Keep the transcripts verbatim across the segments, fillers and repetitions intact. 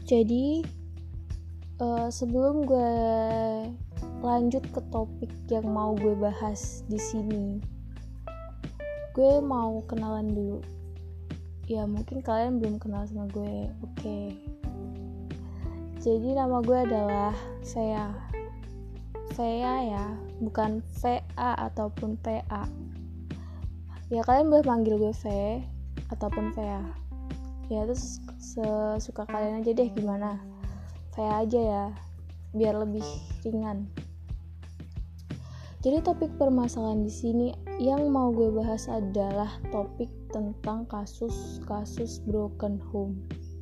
Jadi uh, sebelum gue lanjut ke topik yang mau gue bahas di sini, gue mau kenalan dulu. Ya mungkin kalian belum kenal sama gue. Oke. Okay. Jadi nama gue adalah Vea. Vea ya, bukan V A ataupun P A. Ya kalian boleh panggil gue V ataupun Vea. Ya itu sesuka kalian aja deh, gimana? Vea aja ya, biar lebih ringan. Jadi topik permasalahan di sini yang mau gue bahas adalah topik tentang kasus-kasus broken home.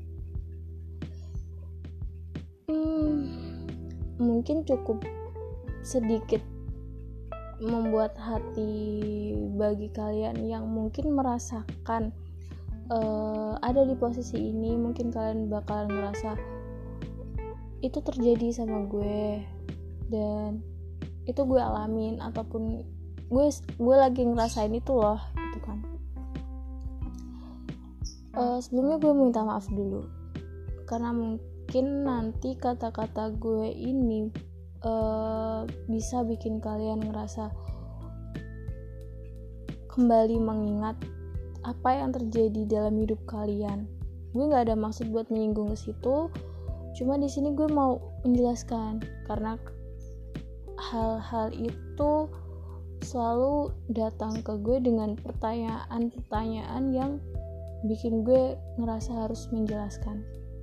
Hmm, mungkin cukup sedikit membuat hati bagi kalian yang mungkin merasakan uh, ada di posisi ini. Mungkin kalian bakalan ngerasa itu terjadi sama gue dan itu gue alamin, ataupun gue gue lagi ngerasain itu loh, gitu kan. Uh, sebelumnya gue minta maaf dulu karena mungkin nanti kata-kata gue ini uh, bisa bikin kalian ngerasa kembali mengingat apa yang terjadi dalam hidup kalian. Gue nggak ada maksud buat menyinggung ke situ, cuma di sini gue mau menjelaskan karena hal-hal itu selalu datang ke gue dengan pertanyaan-pertanyaan yang bikin gue ngerasa harus menjelaskan.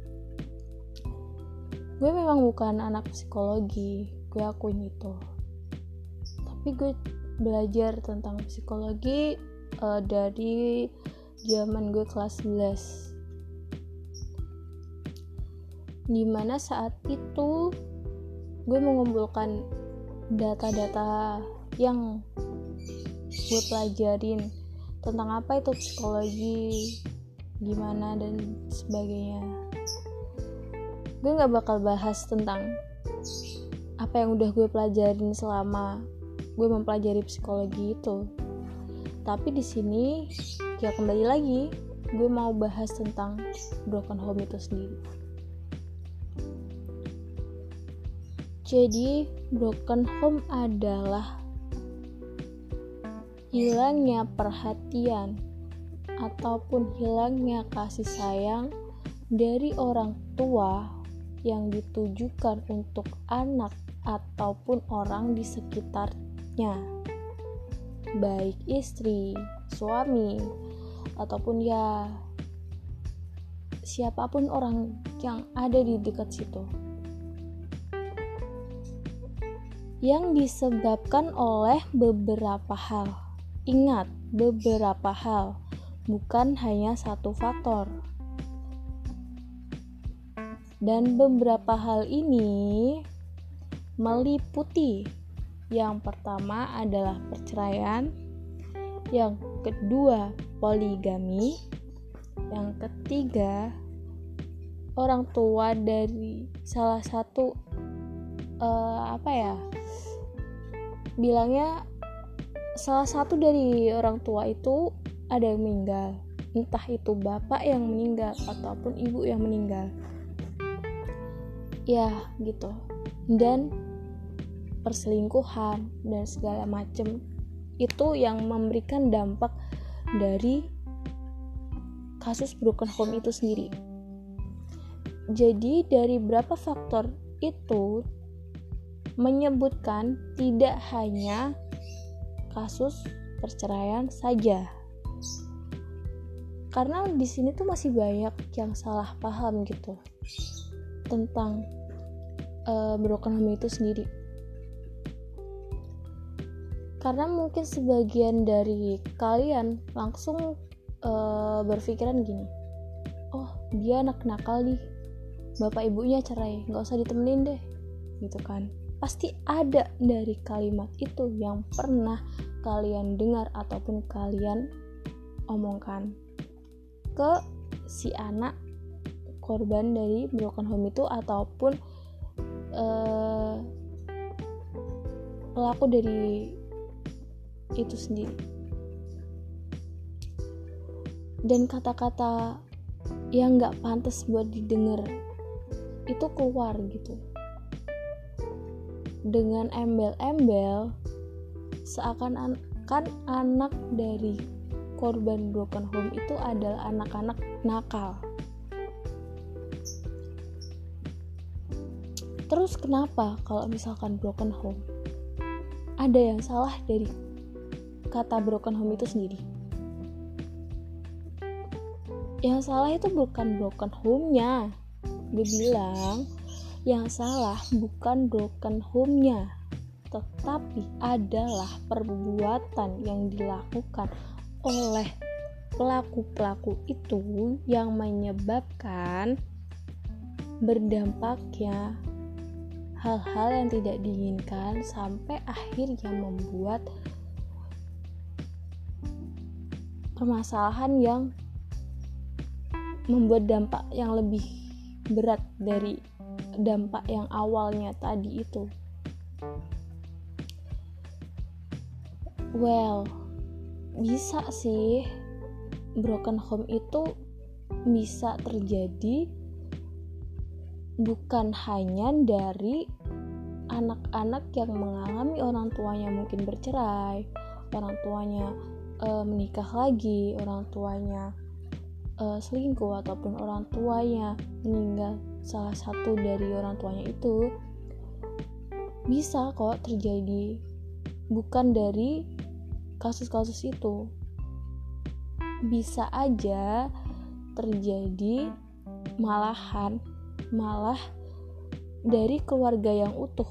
Gue memang bukan anak psikologi, gue akuin itu. Tapi gue belajar tentang psikologi uh, dari zaman gue kelas sebelas. Dimana saat itu gue mengumpulkan data-data yang gue pelajarin tentang apa itu psikologi, gimana dan sebagainya. Gue gak bakal bahas tentang apa yang udah gue pelajarin selama gue mempelajari psikologi itu. Tapi di sini ya kembali lagi gue mau bahas tentang broken home itu sendiri. Jadi broken home adalah hilangnya perhatian ataupun hilangnya kasih sayang dari orang tua yang ditujukan untuk anak ataupun orang di sekitarnya, baik istri, suami, ataupun ya siapapun orang yang ada di dekat situ, yang disebabkan oleh beberapa hal. Ingat, beberapa hal, bukan hanya satu faktor. Dan beberapa hal ini meliputi, yang pertama adalah perceraian, yang kedua poligami, yang ketiga orang tua dari salah satu uh, apa ya bilangnya salah satu dari orang tua itu ada yang meninggal, entah itu bapak yang meninggal ataupun ibu yang meninggal, ya gitu. Dan perselingkuhan dan segala macem itu yang memberikan dampak dari kasus broken home itu sendiri. Jadi dari berapa faktor itu menyebutkan tidak hanya kasus perceraian saja, karena di sini tuh masih banyak yang salah paham gitu tentang uh, broken home itu sendiri. Karena mungkin sebagian dari kalian langsung uh, berpikiran gini, oh dia anak nakal nih, bapak ibunya cerai, nggak usah ditemenin deh, gitu kan. Pasti ada dari kalimat itu yang pernah kalian dengar ataupun kalian omongkan ke si anak korban dari broken home itu ataupun uh, pelaku dari itu sendiri. Dan kata-kata yang gak pantas buat didengar itu keluar gitu dengan embel-embel seakan-akan anak dari korban broken home itu adalah anak-anak nakal. Terus kenapa kalau misalkan broken home? Ada yang salah dari kata broken home itu sendiri. Yang salah itu bukan broken home-nya. Gue bilang, yang salah bukan broken home-nya, tetapi adalah perbuatan yang dilakukan oleh pelaku-pelaku itu yang menyebabkan berdampaknya hal-hal yang tidak diinginkan sampai akhirnya membuat permasalahan yang membuat dampak yang lebih berat dari dampak yang awalnya tadi itu. Well, bisa sih broken home itu bisa terjadi bukan hanya dari anak-anak yang mengalami orang tuanya mungkin bercerai, orang tuanya e, menikah lagi, orang tuanya e, selingkuh, ataupun orang tuanya meninggal salah satu dari orang tuanya itu. Bisa kok terjadi bukan dari kasus-kasus itu. Bisa aja terjadi malahan malah dari keluarga yang utuh.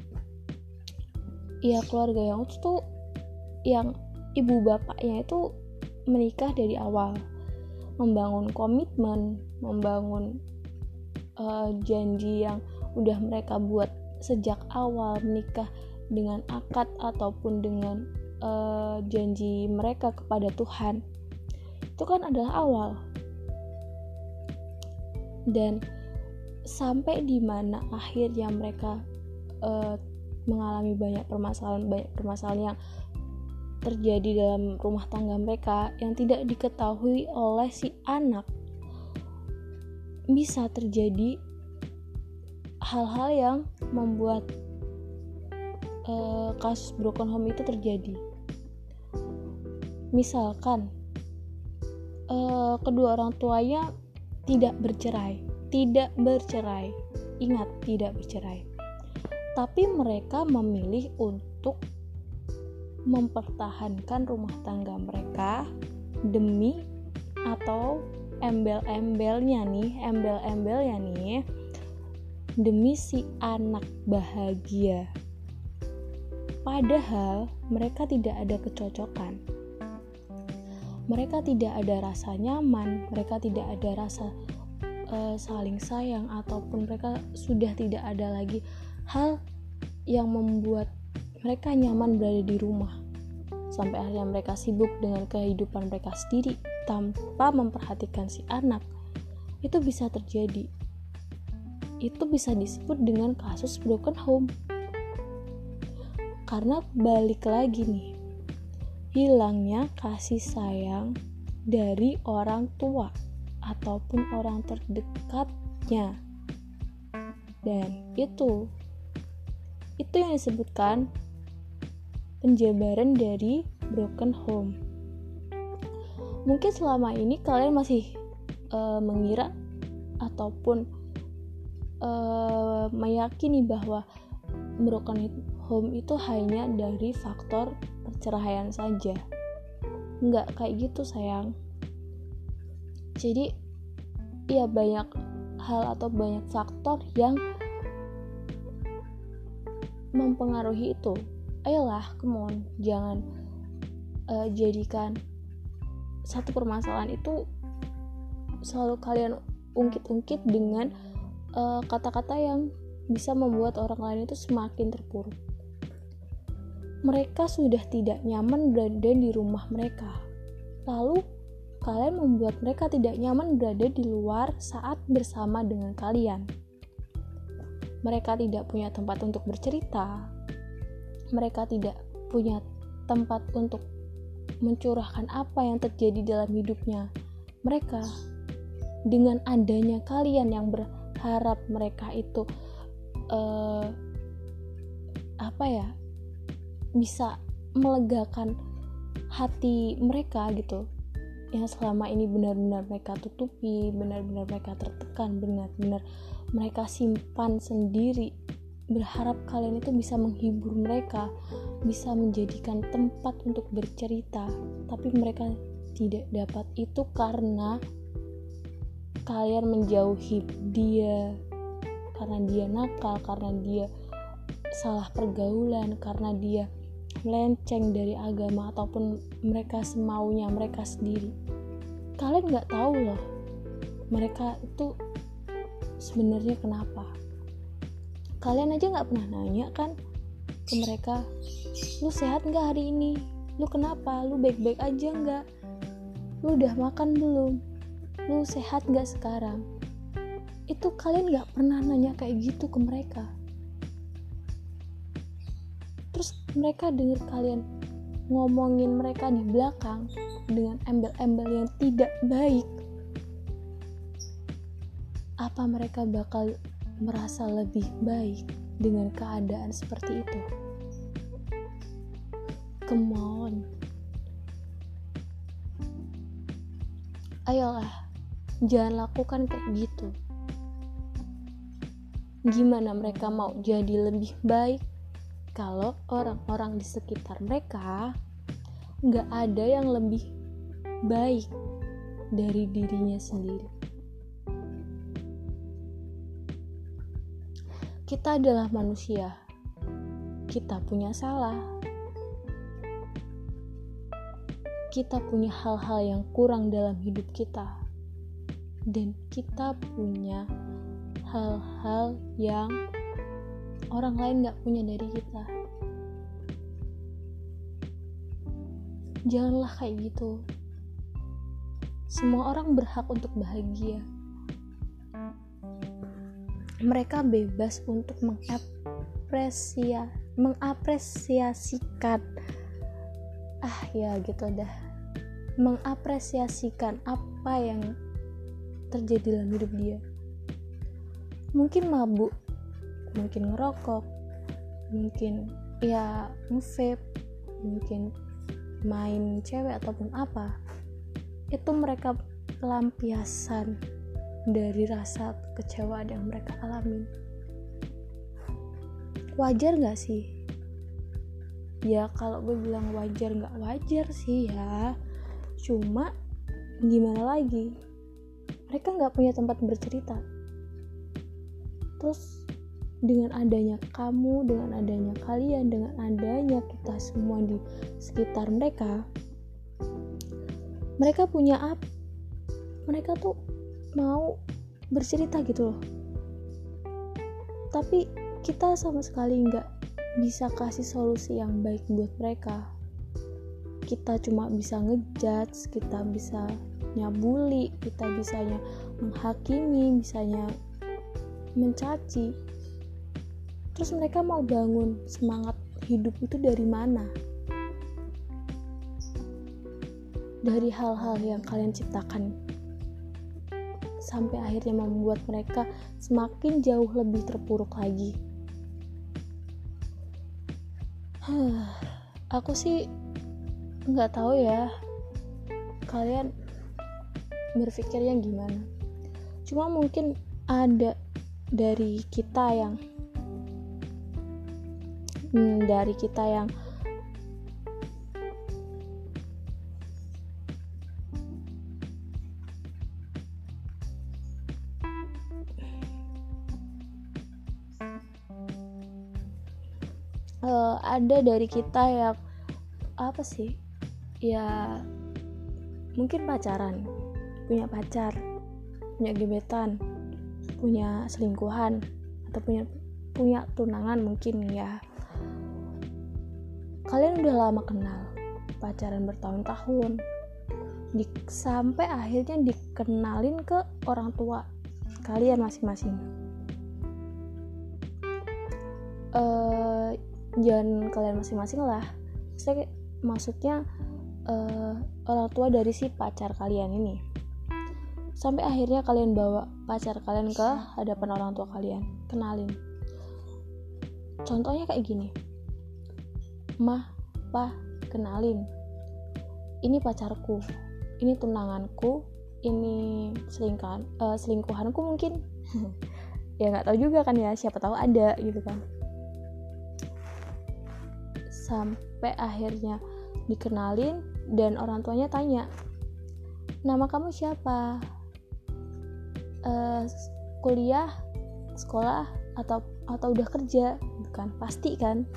Ya, keluarga yang utuh tuh yang ibu bapaknya itu menikah dari awal, membangun komitmen, membangun uh, janji yang udah mereka buat sejak awal menikah dengan akad ataupun dengan uh, janji mereka kepada Tuhan. Itu kan adalah awal. Dan sampai di mana akhirnya mereka uh, mengalami banyak permasalahan banyak permasalahan yang terjadi dalam rumah tangga mereka yang tidak diketahui oleh si anak. Bisa terjadi hal-hal yang membuat uh, kasus broken home itu terjadi. Misalkan uh, kedua orang tuanya tidak bercerai tidak bercerai ingat tidak bercerai tapi mereka memilih untuk mempertahankan rumah tangga mereka demi atau embel-embelnya nih embel-embelnya nih demi si anak bahagia, padahal mereka tidak ada kecocokan, mereka tidak ada rasa nyaman, mereka tidak ada rasa Uh, saling sayang, ataupun mereka sudah tidak ada lagi hal yang membuat mereka nyaman berada di rumah sampai akhirnya mereka sibuk dengan kehidupan mereka sendiri tanpa memperhatikan si anak. Itu bisa terjadi, itu bisa disebut dengan kasus broken home. Karena balik lagi nih, hilangnya kasih sayang dari orang tua ataupun orang terdekatnya, dan itu itu yang disebutkan penjabaran dari broken home. Mungkin selama ini kalian masih uh, mengira ataupun uh, meyakini bahwa broken home itu hanya dari faktor perceraian saja. Enggak kayak gitu sayang. Jadi ya banyak hal atau banyak faktor yang mempengaruhi itu. Ayolah, come on, jangan uh, jadikan satu permasalahan itu selalu kalian ungkit-ungkit dengan uh, kata-kata yang bisa membuat orang lain itu semakin terpuruk. Mereka sudah tidak nyaman berada di rumah mereka, lalu kalian membuat mereka tidak nyaman berada di luar saat bersama dengan kalian. Mereka tidak punya tempat untuk bercerita. Mereka tidak punya tempat untuk mencurahkan apa yang terjadi dalam hidupnya. Mereka, dengan adanya kalian yang ber, berharap mereka itu uh, apa ya, bisa melegakan hati mereka gitu, yang selama ini benar-benar mereka tutupi, benar-benar mereka tertekan, benar-benar mereka simpan sendiri. Berharap kalian itu bisa menghibur mereka, bisa menjadikan tempat untuk bercerita, tapi mereka tidak dapat itu karena kalian menjauhi dia, karena dia nakal, karena dia salah pergaulan, karena dia melenceng dari agama, ataupun mereka semaunya mereka sendiri. Kalian gak tahu loh mereka itu sebenarnya kenapa. Kalian aja gak pernah nanya kan ke mereka, lu sehat gak hari ini, lu kenapa, lu baik-baik aja gak, lu udah makan belum, lu sehat gak sekarang. Itu kalian gak pernah nanya kayak gitu ke mereka. Terus mereka dengar kalian ngomongin mereka di belakang dengan embel-embel yang tidak baik. Apa mereka bakal merasa lebih baik dengan keadaan seperti itu? Come on. Ayolah, jangan lakukan kayak gitu. Gimana mereka mau jadi lebih baik kalau orang-orang di sekitar mereka gak ada yang lebih baik dari dirinya sendiri? Kita adalah manusia, kita punya salah, kita punya hal-hal yang kurang dalam hidup kita, dan kita punya hal-hal yang orang lain gak punya dari kita. Janganlah kayak gitu. Semua orang berhak untuk bahagia. Mereka bebas untuk mengapresia, mengapresiasikan ah ya gitu dah mengapresiasikan apa yang terjadi dalam hidup dia. Mungkin mabuk, mungkin ngerokok, mungkin ya nge-vape, mungkin main cewek ataupun apa. Itu mereka pelampiasan dari rasa kekecewaan yang mereka alami. Wajar gak sih? Ya kalau gue bilang wajar gak wajar sih ya, cuma gimana lagi, mereka gak punya tempat bercerita. Terus dengan adanya kamu, dengan adanya kalian, dengan adanya kita semua di sekitar mereka, mereka punya apa? Mereka tuh mau bercerita gitu loh, tapi kita sama sekali nggak bisa kasih solusi yang baik buat mereka. Kita cuma bisa ngejudge, kita bisa nyabuli, kita bisanya menghakimi, bisanya mencaci. Terus mereka mau bangun semangat hidup itu dari mana? Dari hal-hal yang kalian ciptakan, sampai akhirnya membuat mereka semakin jauh lebih terpuruk lagi. Huh, aku sih nggak tahu ya kalian berpikirnya gimana. Cuma mungkin ada dari kita yang hmm, dari kita yang uh, ada dari kita yang apa sih ya, mungkin pacaran, punya pacar, punya gebetan, punya selingkuhan, atau punya punya tunangan mungkin ya. Kalian udah lama kenal, pacaran bertahun-tahun, di, sampai akhirnya dikenalin ke orang tua kalian masing-masing. Uh, jangan kalian masing-masing lah, saya maksudnya uh, orang tua dari si pacar kalian ini. sampai akhirnya kalian bawa pacar kalian ke hadapan orang tua kalian, kenalin. Contohnya kayak gini, mah, pa, kenalin, ini pacarku, ini tunanganku, ini selingkuhan, uh, selingkuhanku mungkin. Ya nggak tahu juga kan ya, siapa tahu ada gitu kan. Sampai akhirnya dikenalin dan orang tuanya tanya, nama kamu siapa? Uh, kuliah, sekolah, atau atau udah kerja, bukan? Pasti kan.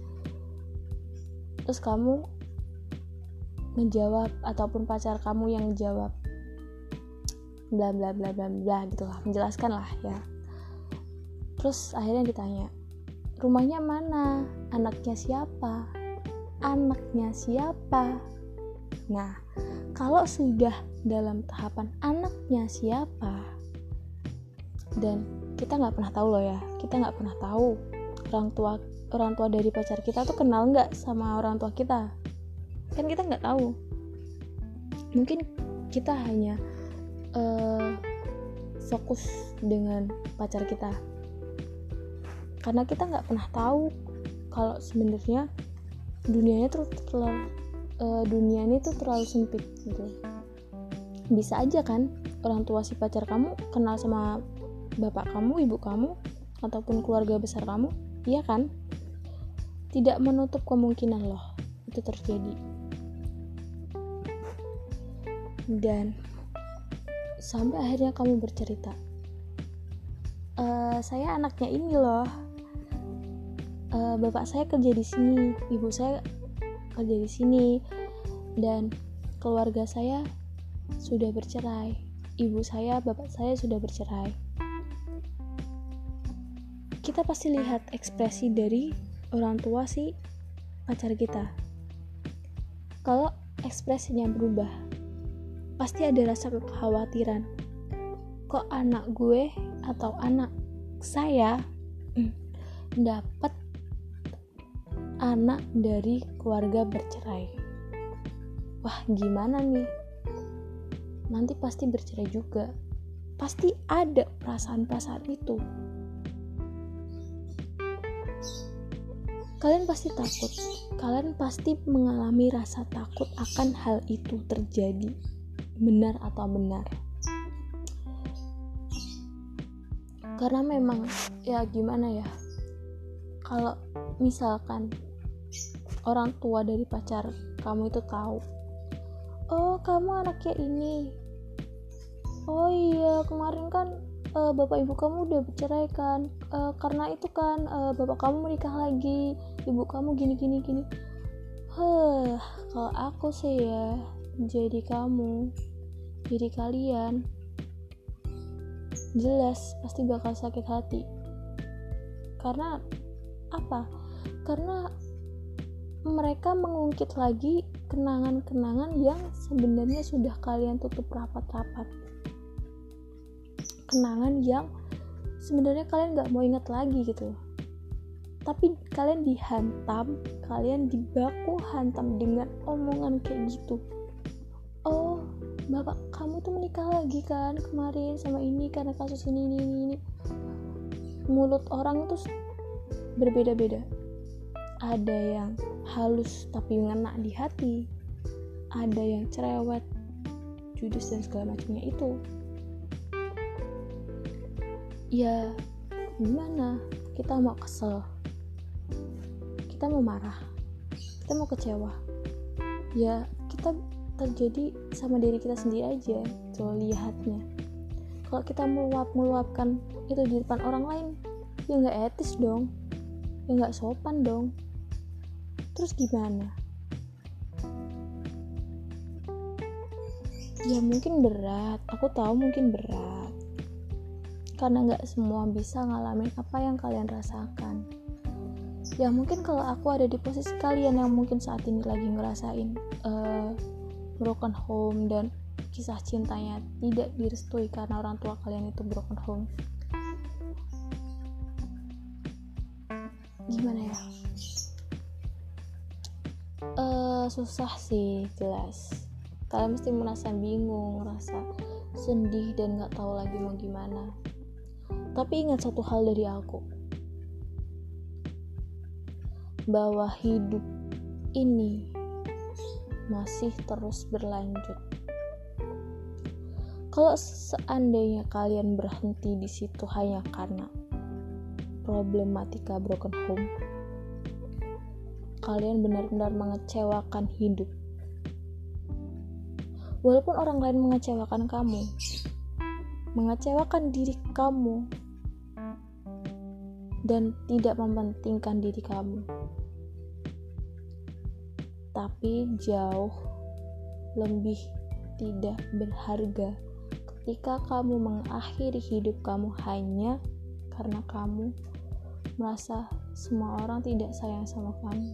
Terus kamu menjawab, ataupun pacar kamu yang menjawab, bla bla bla bla bla gitulah, menjelaskan lah ya. Terus akhirnya ditanya, rumahnya mana? Anaknya siapa? Anaknya siapa? Nah, kalau sudah dalam tahapan anaknya siapa, dan kita nggak pernah tahu loh ya, kita nggak pernah tahu orang tua orang tua dari pacar kita tuh kenal nggak sama orang tua kita, kan kita nggak tahu. Mungkin kita hanya uh, fokus dengan pacar kita, karena kita nggak pernah tahu kalau sebenarnya dunianya tuh terlalu uh, dunia ini tuh terlalu sempit gitu. Bisa aja kan orang tua si pacar kamu kenal sama bapak kamu, ibu kamu, ataupun keluarga besar kamu, iya kan? Tidak menutup kemungkinan loh itu terjadi. Dan sampai akhirnya kamu bercerita, e, saya anaknya ini loh, e, bapak saya kerja di sini, ibu saya kerja di sini, dan keluarga saya sudah bercerai, ibu saya, bapak saya sudah bercerai. Kita pasti lihat ekspresi dari orang tua si pacar kita. Kalau ekspresinya berubah, pasti ada rasa kekhawatiran. Kok anak gue atau anak saya dapat anak dari keluarga bercerai? Wah, gimana nih? Nanti pasti bercerai juga. Pasti ada perasaan-perasaan itu. Kalian pasti takut, kalian pasti mengalami rasa takut akan hal itu terjadi, benar atau benar. Karena memang, ya gimana ya, kalau misalkan orang tua dari pacar kamu itu tahu, oh kamu anaknya ini, oh iya kemarin kan Uh, bapak ibu kamu udah bercerai kan, uh, karena itu kan uh, bapak kamu menikah lagi, ibu kamu gini gini gini. Huh, kalau aku sih ya, jadi kamu, jadi kalian, jelas pasti bakal sakit hati. Karena apa? Karena mereka mengungkit lagi kenangan-kenangan yang sebenarnya sudah kalian tutup rapat-rapat. Kenangan yang sebenarnya kalian gak mau ingat lagi gitu, tapi kalian dihantam, kalian dibaku hantam dengan omongan kayak gitu. Oh, bapak kamu tuh menikah lagi kan kemarin sama ini karena kasus ini ini ini. Mulut orang itu berbeda-beda. Ada yang halus tapi ngena di hati, ada yang cerewet, judes dan segala macamnya itu. Ya gimana, kita mau kesel, kita mau marah, kita mau kecewa, ya kita terjadi sama diri kita sendiri aja tuh lihatnya. Kalau kita meluap-meluapkan itu di depan orang lain, ya gak etis dong, ya gak sopan dong. Terus gimana? Ya mungkin berat, aku tahu mungkin berat, karena gak semua bisa ngalamin apa yang kalian rasakan. Ya mungkin kalau aku ada di posisi kalian yang mungkin saat ini lagi ngerasain uh, broken home dan kisah cintanya tidak direstui karena orang tua kalian itu broken home, gimana ya, uh, susah sih, jelas kalian mesti merasa bingung, merasa sedih dan gak tahu lagi mau gimana. Tapi ingat satu hal dari aku, bahwa hidup ini masih terus berlanjut. Kalau seandainya kalian berhenti di situ hanya karena problematika broken home, kalian benar-benar mengecewakan hidup. Walaupun orang lain mengecewakan kamu, mengecewakan diri kamu, dan tidak mementingkan diri kamu, tapi jauh lebih tidak berharga ketika kamu mengakhiri hidup kamu hanya karena kamu merasa semua orang tidak sayang sama kamu.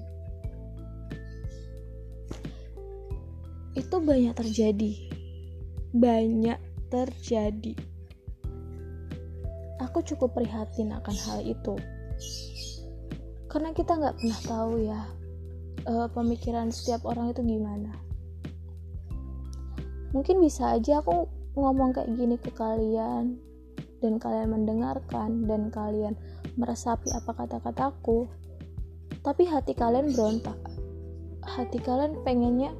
Itu banyak terjadi, banyak terjadi. Aku cukup prihatin akan hal itu, karena kita nggak pernah tahu ya uh, pemikiran setiap orang itu gimana. Mungkin bisa aja aku ngomong kayak gini ke kalian, dan kalian mendengarkan, dan kalian meresapi apa kata-kataku, tapi hati kalian berontak. Hati kalian pengennya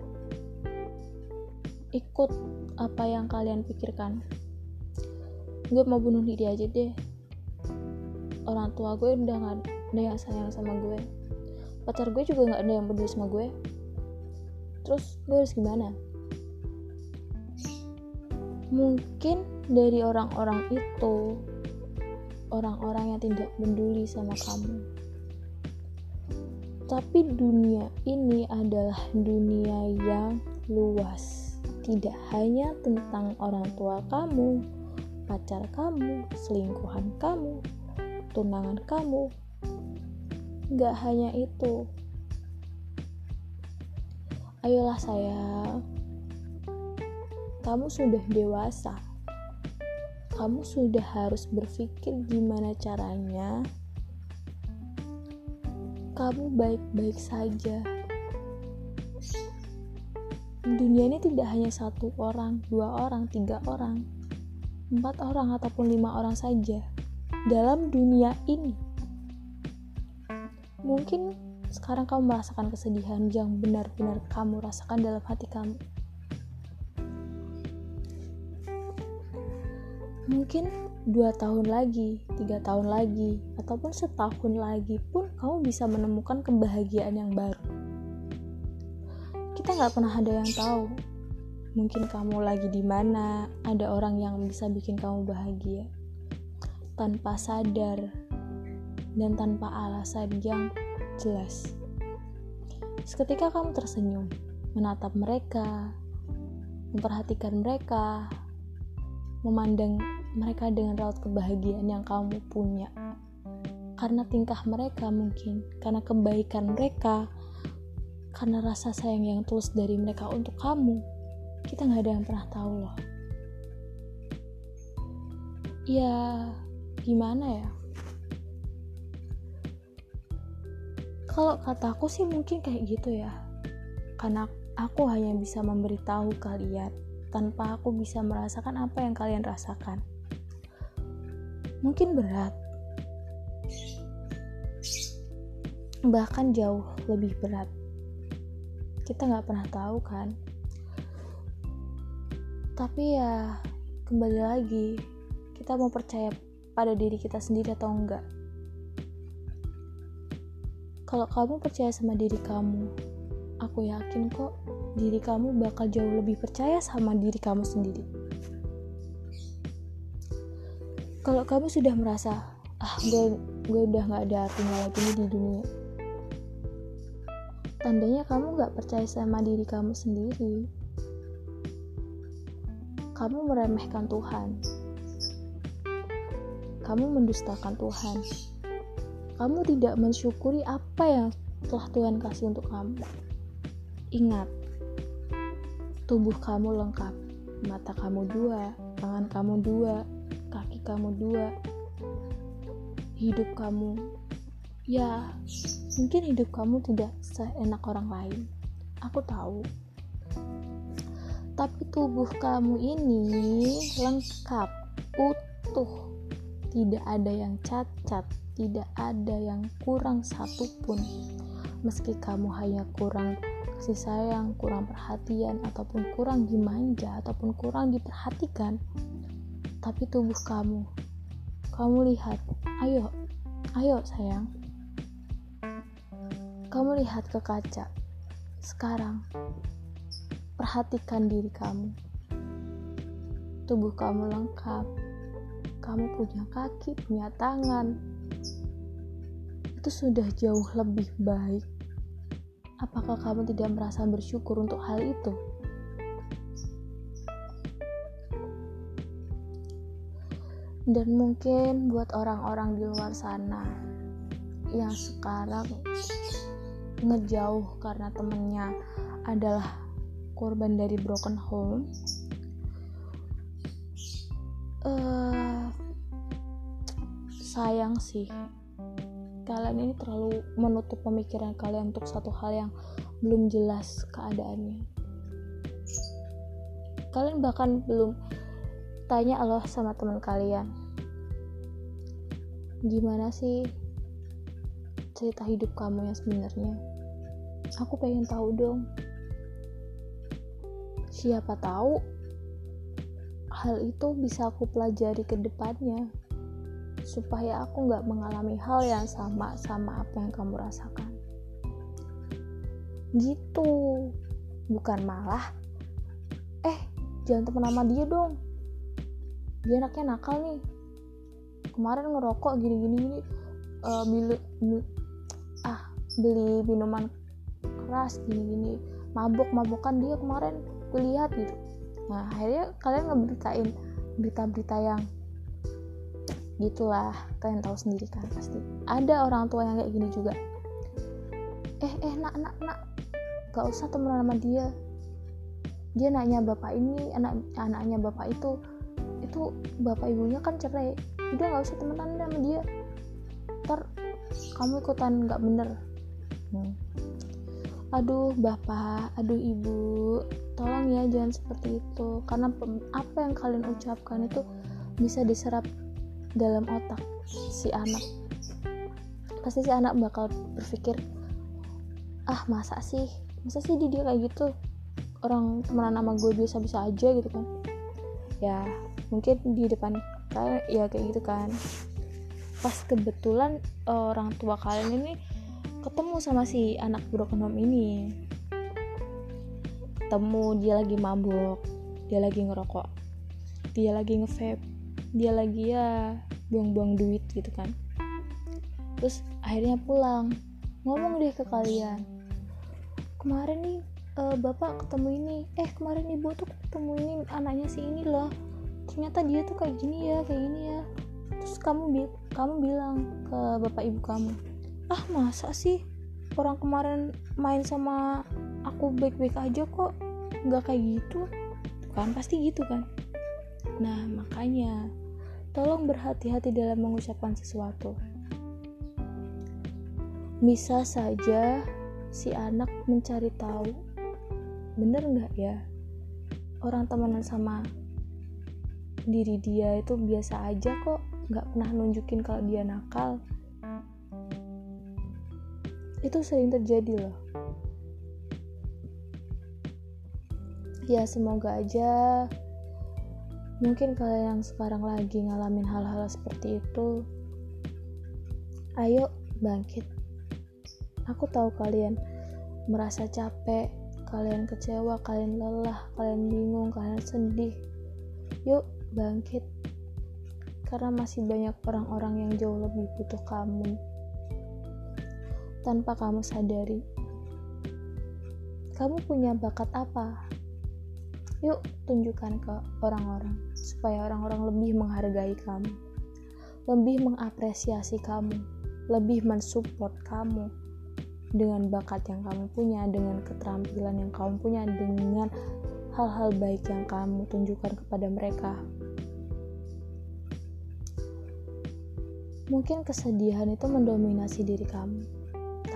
ikut apa yang kalian pikirkan. Gue mau bunuh diri aja deh. Orang tua gue udah gak ada yang sayang sama gue. Pacar gue juga gak ada yang peduli sama gue. Terus gue harus gimana? Mungkin dari orang-orang itu, orang-orang yang tidak peduli sama kamu. Tapi dunia ini adalah dunia yang luas. Tidak hanya tentang orang tua kamu, pacar kamu, selingkuhan kamu, tunangan kamu. Gak hanya itu. Ayolah sayang, kamu sudah dewasa. Kamu sudah harus berpikir gimana caranya kamu baik-baik saja. Dunia ini tidak hanya satu orang, dua orang, tiga orang, empat orang ataupun lima orang saja dalam dunia ini. Mungkin sekarang kamu merasakan kesedihan yang benar-benar kamu rasakan dalam hati kamu. Mungkin dua tahun lagi, tiga tahun lagi, ataupun setahun lagi pun kamu bisa menemukan kebahagiaan yang baru. Kita nggak pernah ada yang tahu. Mungkin kamu lagi di mana, ada orang yang bisa bikin kamu bahagia tanpa sadar dan tanpa alasan yang jelas. Seketika kamu tersenyum, menatap mereka, memperhatikan mereka, memandang mereka dengan raut kebahagiaan yang kamu punya. Karena tingkah mereka mungkin, karena kebaikan mereka, karena rasa sayang yang tulus dari mereka untuk kamu. Kita gak ada yang pernah tahu loh. Ya, gimana ya? Kalau kataku sih mungkin kayak gitu ya. Karena aku hanya bisa memberitahu kalian tanpa aku bisa merasakan apa yang kalian rasakan. Mungkin berat, bahkan jauh lebih berat. Kita gak pernah tahu kan. Tapi ya, kembali lagi, kita mau percaya pada diri kita sendiri atau enggak. Kalau kamu percaya sama diri kamu, aku yakin kok diri kamu bakal jauh lebih percaya sama diri kamu sendiri. Kalau kamu sudah merasa, ah gue, gue udah gak ada artinya lagi nih di dunia, tandanya kamu gak percaya sama diri kamu sendiri. Kamu meremehkan Tuhan. Kamu mendustakan Tuhan. Kamu tidak mensyukuri apa yang telah Tuhan kasih untuk kamu. Ingat, tubuh kamu lengkap. Mata kamu dua, tangan kamu dua, kaki kamu dua. Hidup kamu, ya mungkin hidup kamu tidak seenak orang lain. Aku tahu. Tapi tubuh kamu ini lengkap, utuh, tidak ada yang cacat, tidak ada yang kurang satupun. Meski kamu hanya kurang kasih sayang, kurang perhatian, ataupun kurang dimanja, ataupun kurang diperhatikan, tapi tubuh kamu, kamu lihat, ayo, ayo sayang, kamu lihat ke kaca, sekarang, perhatikan diri kamu. Tubuh kamu lengkap. Kamu punya kaki, punya tangan. Itu sudah jauh lebih baik. Apakah kamu tidak merasa bersyukur untuk hal itu? Dan mungkin buat orang-orang di luar sana yang sekarang ngejauh karena temennya adalah korban dari broken home, uh, sayang sih, kalian ini terlalu menutup pemikiran kalian untuk satu hal yang belum jelas keadaannya. Kalian bahkan belum tanya Allah sama teman kalian, gimana sih cerita hidup kamu yang sebenarnya? Aku pengen tahu dong. Siapa tahu hal itu bisa aku pelajari ke depannya, supaya aku gak mengalami hal yang sama sama apa yang kamu rasakan. Gitu. Bukan malah, eh jangan temen sama dia dong, dia anaknya nakal nih, kemarin ngerokok gini-gini gini, uh, beli, beli, ah beli minuman keras gini-gini, mabok-mabokan dia kemarin lihat gitu. Nah akhirnya kalian ngeberitain berita-berita yang gitulah. Kalian tahu sendiri kan, pasti ada orang tua yang kayak gini juga. Eh eh nak nak nak gak usah temenan sama dia, dia anaknya bapak ini, anak anaknya bapak itu, itu bapak ibunya kan cerai, udah gak usah temenan sama dia, ntar kamu ikutan gak bener. hmm. Aduh bapak, aduh ibu, tolong ya jangan seperti itu, karena apa yang kalian ucapkan itu bisa diserap dalam otak si anak. Pasti si anak bakal berpikir, ah masa sih masa sih dia kayak gitu, orang temenan sama gue biasa-biasa aja gitu kan. Ya mungkin di depan kalian ya kayak gitu kan, pas kebetulan orang tua kalian ini ketemu sama si anak broken home ini, ketemu dia lagi mabuk, dia lagi ngerokok, dia lagi nge-vape, dia lagi ya buang-buang duit gitu kan. Terus akhirnya pulang, ngomong deh ke kalian, kemarin nih uh, bapak ketemu ini, eh kemarin ibu tuh ketemu ini anaknya si ini loh, ternyata dia tuh kayak gini ya, kayak gini ya. Terus kamu bi- kamu bilang ke bapak ibu kamu, ah masa sih orang kemarin main sama aku baik-baik aja kok, nggak kayak gitu kan, pasti gitu kan. Nah makanya tolong berhati-hati dalam mengucapkan sesuatu. Bisa saja si anak mencari tahu, bener nggak ya orang temenan sama diri dia itu biasa aja kok, nggak pernah nunjukin kalau dia nakal. Itu sering terjadi loh. Ya semoga aja mungkin kalian yang sekarang lagi ngalamin hal-hal seperti itu, ayo bangkit. Aku tahu kalian merasa capek, kalian kecewa, kalian lelah, kalian bingung, kalian sedih. Yuk bangkit, karena masih banyak orang-orang yang jauh lebih butuh kamu tanpa kamu sadari. Kamu punya bakat apa? Yuk tunjukkan ke orang-orang, supaya orang-orang lebih menghargai kamu, lebih mengapresiasi kamu, lebih mensupport kamu dengan bakat yang kamu punya, dengan keterampilan yang kamu punya, dengan hal-hal baik yang kamu tunjukkan kepada mereka. Mungkin kesedihan itu mendominasi diri kamu,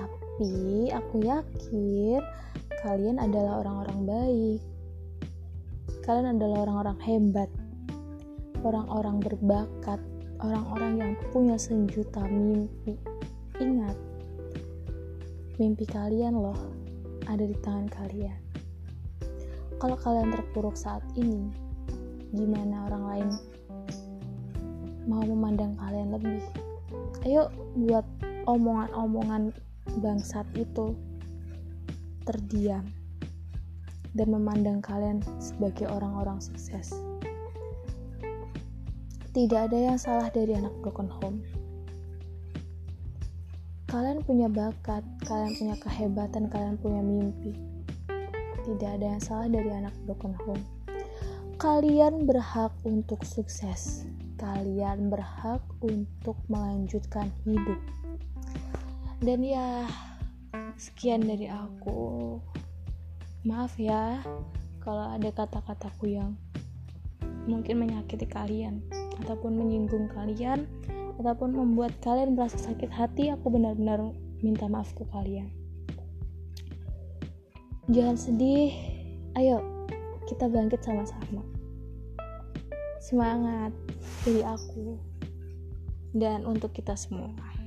tapi aku yakin kalian adalah orang-orang baik. Kalian adalah orang-orang hebat, orang-orang berbakat, orang-orang yang punya sejuta mimpi. Ingat, mimpi kalian loh ada di tangan kalian. Kalau kalian terpuruk saat ini, gimana orang lain mau memandang kalian lebih? Ayo buat omongan-omongan bangsat itu terdiam dan memandang kalian sebagai orang-orang sukses. Tidak ada yang salah dari anak broken home. Kalian punya bakat, kalian punya kehebatan, kalian punya mimpi. Tidak ada yang salah dari anak broken home. Kalian berhak untuk sukses. Kalian berhak untuk melanjutkan hidup. Dan ya, sekian dari aku. Maaf ya kalau ada kata-kataku yang mungkin menyakiti kalian ataupun menyinggung kalian ataupun membuat kalian merasa sakit hati. Aku benar-benar minta maaf ke kalian. Jangan sedih, ayo kita bangkit sama-sama. Semangat dari aku dan untuk kita semua.